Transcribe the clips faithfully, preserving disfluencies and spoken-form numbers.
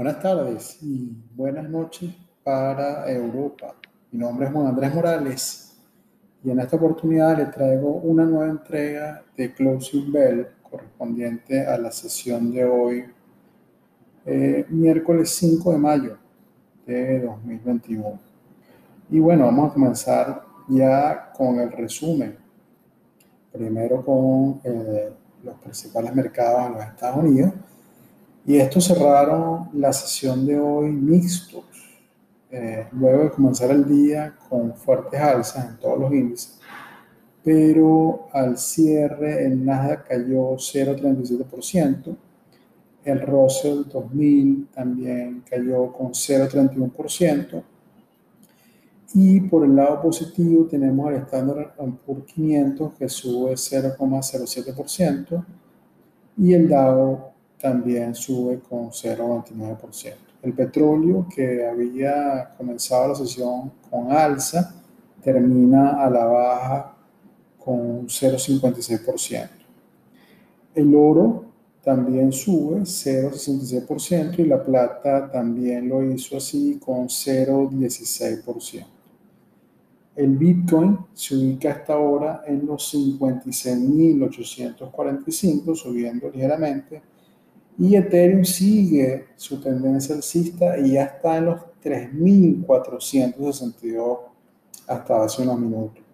Buenas tardes y buenas noches para Europa. Mi nombre es Juan Andrés Morales y en esta oportunidad les traigo una nueva entrega de Closing Bell correspondiente a la sesión de hoy, eh, miércoles cinco de mayo de dos mil veintiuno. Y bueno, vamos a comenzar ya con el resumen. Primero con eh, los principales mercados en los Estados Unidos. Y estos cerraron la sesión de hoy mixtos, eh, luego de comenzar el día con fuertes alzas en todos los índices, pero al cierre el Nasdaq cayó cero coma treinta y siete por ciento, el Russell dos mil también cayó con cero coma treinta y uno por ciento, y por el lado positivo tenemos al Standard and Poor's quinientos que sube cero coma cero siete por ciento y el Dow también sube con cero coma veintinueve por ciento. El petróleo, que había comenzado la sesión con alza, termina a la baja con cero coma cincuenta y seis por ciento. El oro también sube cero coma sesenta y seis por ciento y la plata también lo hizo así con cero coma dieciséis por ciento. El Bitcoin se ubica hasta ahora en los cincuenta y seis mil ochocientos cuarenta y cinco, subiendo ligeramente, y Ethereum sigue su tendencia alcista y ya está en los tres mil cuatrocientos sesenta y dos hasta hace unos minutos.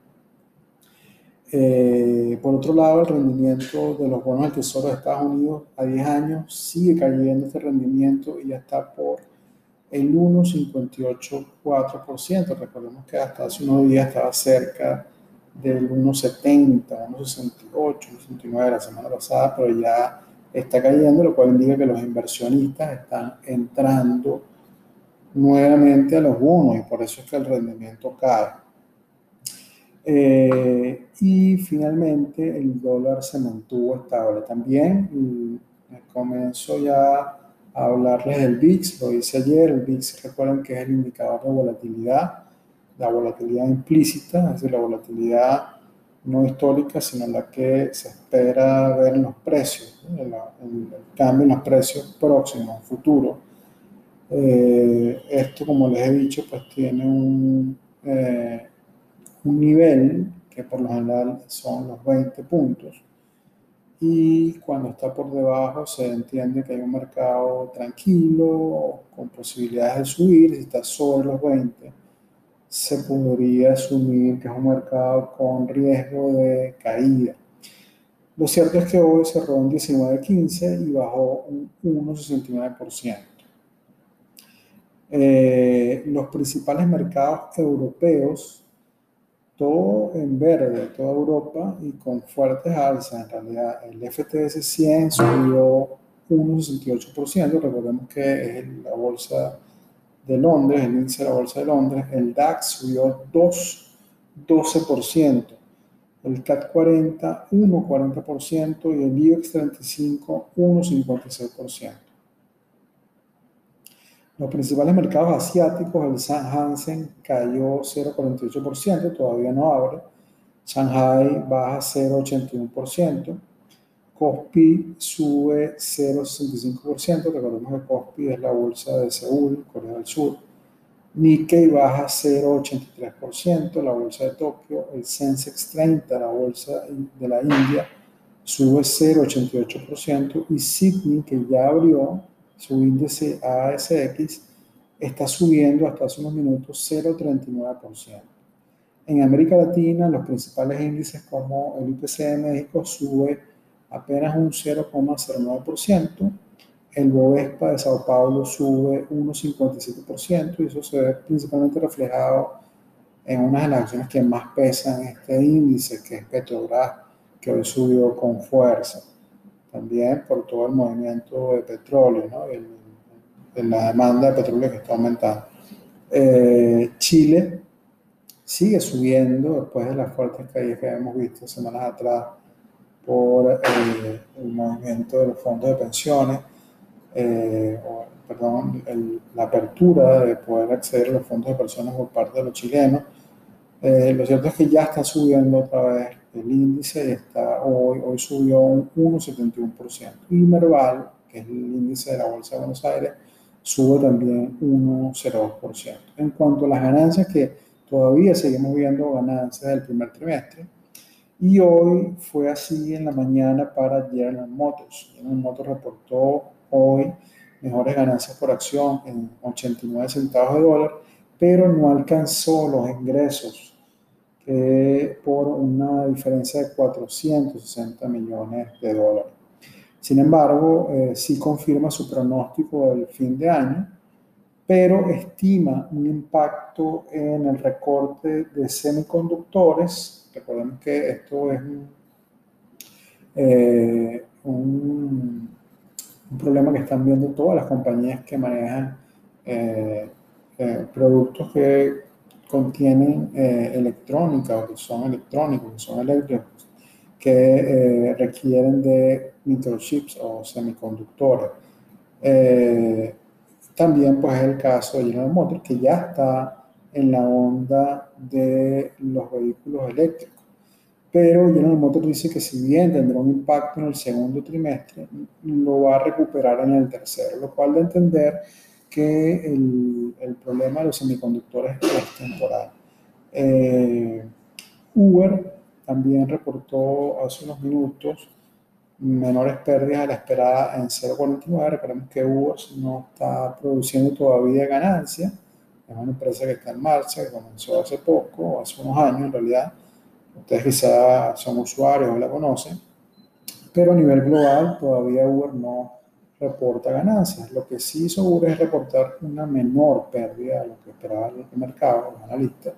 Eh, por otro lado, el rendimiento de los bonos del Tesoro de Estados Unidos a diez años sigue cayendo este rendimiento y ya está por el uno coma cincuenta y ocho cuatro por ciento. Recordemos que hasta hace unos días estaba cerca del uno coma setenta, uno coma sesenta y ocho, uno coma sesenta y nueve la semana pasada, pero ya está cayendo, lo cual indica que los inversionistas están entrando nuevamente a los bonos y por eso es que el rendimiento cae. Eh, y finalmente el dólar se mantuvo estable. También comenzó ya a hablarles del V I X, lo hice ayer. El V I X, recuerden que es el indicador de volatilidad, la volatilidad implícita, es decir, la volatilidad no histórica, sino la que se espera ver en los precios, ¿no? el, el, el cambio en los precios próximos, futuros. Eh, esto, como les he dicho, pues tiene un, eh, un nivel que por lo general son los veinte puntos. Y cuando está por debajo se entiende que hay un mercado tranquilo, con posibilidades de subir. Si está sobre los veinte, se podría asumir que es un mercado con riesgo de caída. Lo cierto es que hoy cerró en diecinueve quince y bajó un uno coma sesenta y nueve por ciento. Eh, los principales mercados europeos, todo en verde, toda Europa, y con fuertes alzas. En realidad, el F T S cien subió uno coma sesenta y ocho por ciento. Recordemos que es la bolsa de Londres, el índice de la bolsa de Londres. El DAX subió dos coma doce por ciento. El C A C cuarenta, uno coma cuarenta por ciento. Y el I B E X treinta y cinco, uno coma cincuenta y seis por ciento. Los principales mercados asiáticos, el Hansen cayó cero coma cuarenta y ocho por ciento, todavía no abre. Shanghai baja cero coma ochenta y uno por ciento. Kospi sube cero coma sesenta y cinco por ciento. Recordemos que Kospi es la bolsa de Seúl, Corea del Sur. Nikkei baja cero coma ochenta y tres por ciento, la bolsa de Tokio. El Sensex treinta, la bolsa de la India, sube cero coma ochenta y ocho por ciento. Y Sydney, que ya abrió, su índice A S X, está subiendo hasta hace unos minutos cero coma treinta y nueve por ciento. En América Latina, los principales índices como el I P C de México sube apenas un cero coma cero nueve por ciento. El Bovespa de Sao Paulo sube uno coma cincuenta y siete por ciento y eso se ve principalmente reflejado en una de las acciones que más pesan en este índice, que es Petrobras, que hoy subió con fuerza. También por todo el movimiento de petróleo, ¿no? el, el, la demanda de petróleo que está aumentando. Eh, Chile sigue subiendo después de las fuertes caídas que hemos visto semanas atrás por eh, el movimiento de los fondos de pensiones, eh, o, perdón, el, la apertura de poder acceder a los fondos de pensiones por parte de los chilenos. Eh, lo cierto es que ya está subiendo otra vez el índice y está, hoy, hoy subió un uno coma setenta y uno por ciento. Y Merval, que es el índice de la Bolsa de Buenos Aires, sube también uno coma cero dos por ciento. En cuanto a las ganancias, que todavía seguimos viendo ganancias del primer trimestre, y hoy fue así en la mañana para General Motors. General Motors reportó hoy mejores ganancias por acción en ochenta y nueve centavos de dólar, pero no alcanzó los ingresos eh, por una diferencia de cuatrocientos sesenta millones de dólares. Sin embargo, eh, sí confirma su pronóstico del fin de año, pero estima un impacto en el recorte de semiconductores. Recordemos que esto es un, eh, un, un problema que están viendo todas las compañías que manejan eh, eh, productos que contienen eh, electrónica o que son electrónicos, que son eléctricos, que eh, requieren de microchips o semiconductores. Eh, También pues es el caso de General Motors, que ya está en la onda de los vehículos eléctricos. Pero General Motors dice que si bien tendrá un impacto en el segundo trimestre, lo va a recuperar en el tercero, lo cual da a entender que el, el problema de los semiconductores es temporal. Eh, Uber también reportó hace unos minutos menores pérdidas a la esperada en cero coma cuarenta y nueve. Recordemos que Uber no está produciendo todavía ganancias. Es una empresa que está en marcha, que comenzó hace poco, hace unos años en realidad. Ustedes quizás son usuarios o la conocen, pero a nivel global todavía Uber no reporta ganancias. Lo que sí hizo Uber es reportar una menor pérdida de lo que esperaba el mercado, los analistas,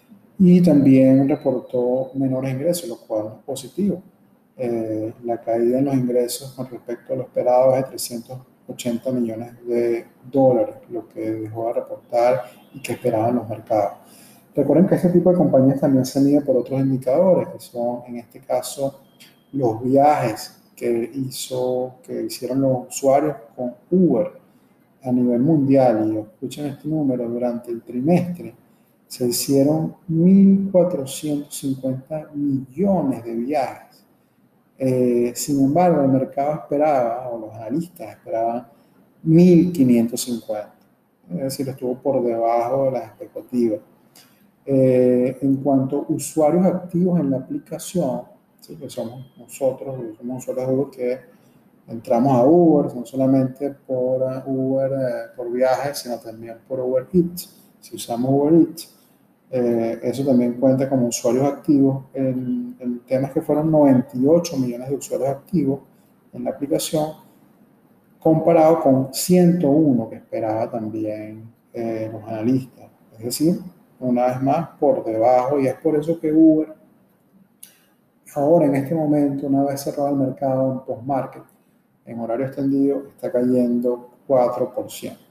y también reportó menores ingresos, lo cual es positivo. Eh, la caída en los ingresos con respecto a lo esperado es de trescientos ochenta millones de dólares, lo que dejó de reportar y que esperaban los mercados. Recuerden que este tipo de compañías también se mide por otros indicadores, que son en este caso los viajes que, hizo, que hicieron los usuarios con Uber a nivel mundial. Y escuchen este número, durante el trimestre se hicieron mil cuatrocientos cincuenta millones de viajes. Eh, sin embargo, el mercado esperaba, o los analistas esperaban, mil quinientos cincuenta. Es decir, estuvo por debajo de las expectativas. Eh, en cuanto a usuarios activos en la aplicación, ¿sí? Que somos nosotros, somos usuarios de Uber que entramos a Uber, no solamente por Uber, eh, por viajes, sino también por Uber Eats. Si usamos Uber Eats, eh, eso también cuenta como usuarios activos. El, el tema es que fueron noventa y ocho millones de usuarios activos en la aplicación, comparado con ciento uno que esperaba también eh, los analistas. Es decir, una vez más por debajo, y es por eso que Uber ahora en este momento, una vez cerrado el mercado en post-market, en horario extendido, está cayendo cuatro por ciento.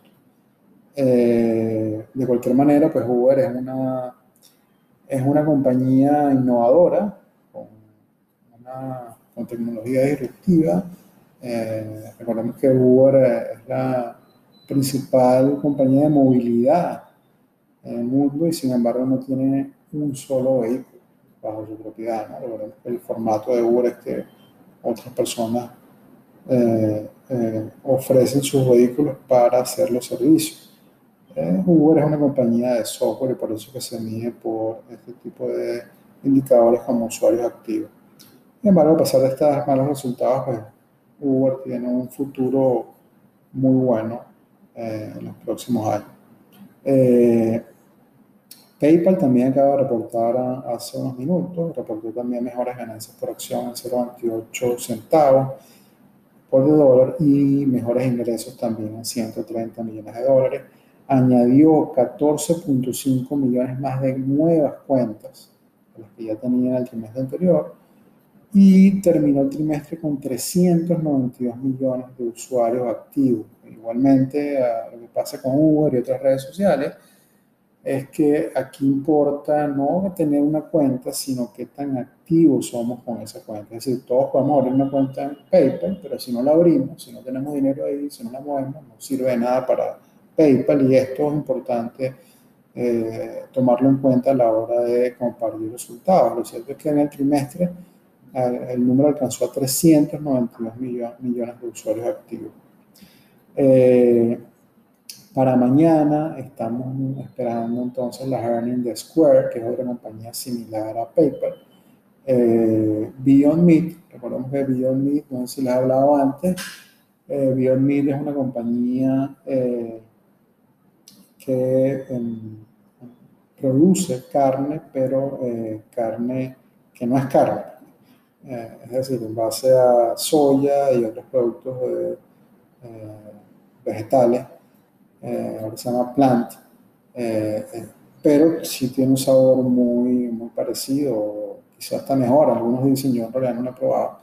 Eh, de cualquier manera, pues Uber es una, es una compañía innovadora, con, una, con tecnología disruptiva. Eh, recordemos que Uber es la principal compañía de movilidad en el mundo y sin embargo no tiene un solo vehículo bajo su propiedad, ¿no? El formato de Uber es que otras personas eh, eh, ofrecen sus vehículos para hacer los servicios. Eh, Uber es una compañía de software y por eso que se mide por este tipo de indicadores como usuarios activos. Sin embargo, a pesar de estos malos resultados, pues Uber tiene un futuro muy bueno eh, en los próximos años. Eh, PayPal también acaba de reportar hace unos minutos, reportó también mejores ganancias por acción en cero coma veintiocho centavos por dólar y mejores ingresos también en ciento treinta millones de dólares. Añadió catorce punto cinco millones más de nuevas cuentas a las que ya tenía en el trimestre anterior y terminó el trimestre con trescientos noventa y dos millones de usuarios activos. Igualmente, a lo que pasa con Uber y otras redes sociales, es que aquí importa no tener una cuenta, sino qué tan activos somos con esa cuenta. Es decir, todos podemos abrir una cuenta en PayPal, pero si no la abrimos, si no tenemos dinero ahí, si no la movemos, no sirve de nada para PayPal y esto es importante eh, tomarlo en cuenta a la hora de compartir resultados. Lo cierto es que en el trimestre eh, el número alcanzó a trescientos noventa y dos millones de usuarios activos. Eh, Para mañana estamos esperando entonces las earnings de Square, que es otra compañía similar a PayPal. Eh, Beyond Meat, recordemos que Beyond Meat, no sé si les he hablado antes, eh, Beyond Meat es una compañía eh, que eh, produce carne, pero eh, carne que no es carne. Eh, es decir, en base a soya y otros productos de, eh, vegetales, eh, ahora se llama plant, eh, eh, pero sí tiene un sabor muy, muy parecido, quizás hasta mejor, algunos dicen, yo en realidad no lo he probado.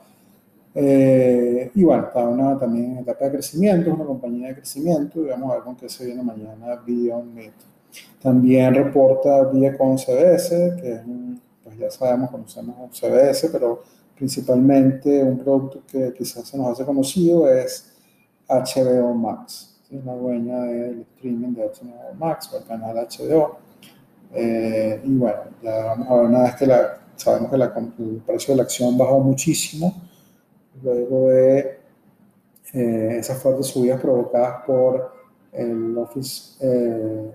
Eh, y bueno, está una, también en etapa de crecimiento, es una compañía de crecimiento, y vamos a ver con qué se viene mañana Beyond Meat. También reporta Viacom C B S, que es un, pues ya sabemos, conocemos C B S, pero principalmente un producto que quizás se nos hace conocido es H B O Max, que es la dueña del streaming de H B O Max o el canal H B O. Eh, y bueno, ya vamos a ver una vez que la, sabemos que la, el precio de la acción bajó muchísimo, luego de eh, esas fuertes subidas provocadas por el Office eh,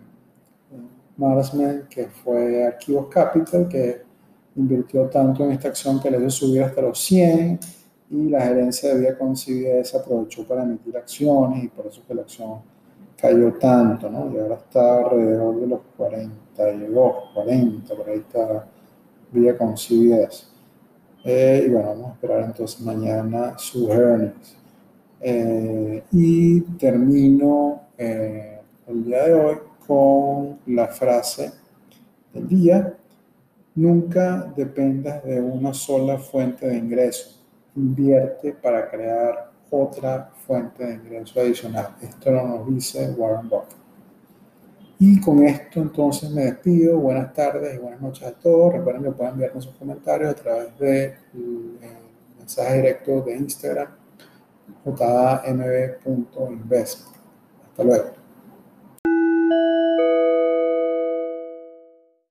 Management, que fue Archivos Capital, que invirtió tanto en esta acción que le dio subir hasta los cien, y la gerencia de Viacom C B S aprovechó para emitir acciones y por eso que la acción cayó tanto, ¿no? Y ahora está alrededor de los cuarenta y dos, cuarenta, por ahí está Viacom C B S. Eh, y bueno, vamos a esperar entonces mañana sus earnings. Eh, y termino eh, el día de hoy con la frase del día: nunca dependas de una sola fuente de ingreso, invierte para crear otra fuente de ingreso adicional. Esto lo nos dice Warren Buffett. Y con esto entonces me despido. Buenas tardes y buenas noches a todos. Recuerden que pueden enviarme sus comentarios a través de mensaje directo de Instagram, j a m b punto invest. Hasta luego.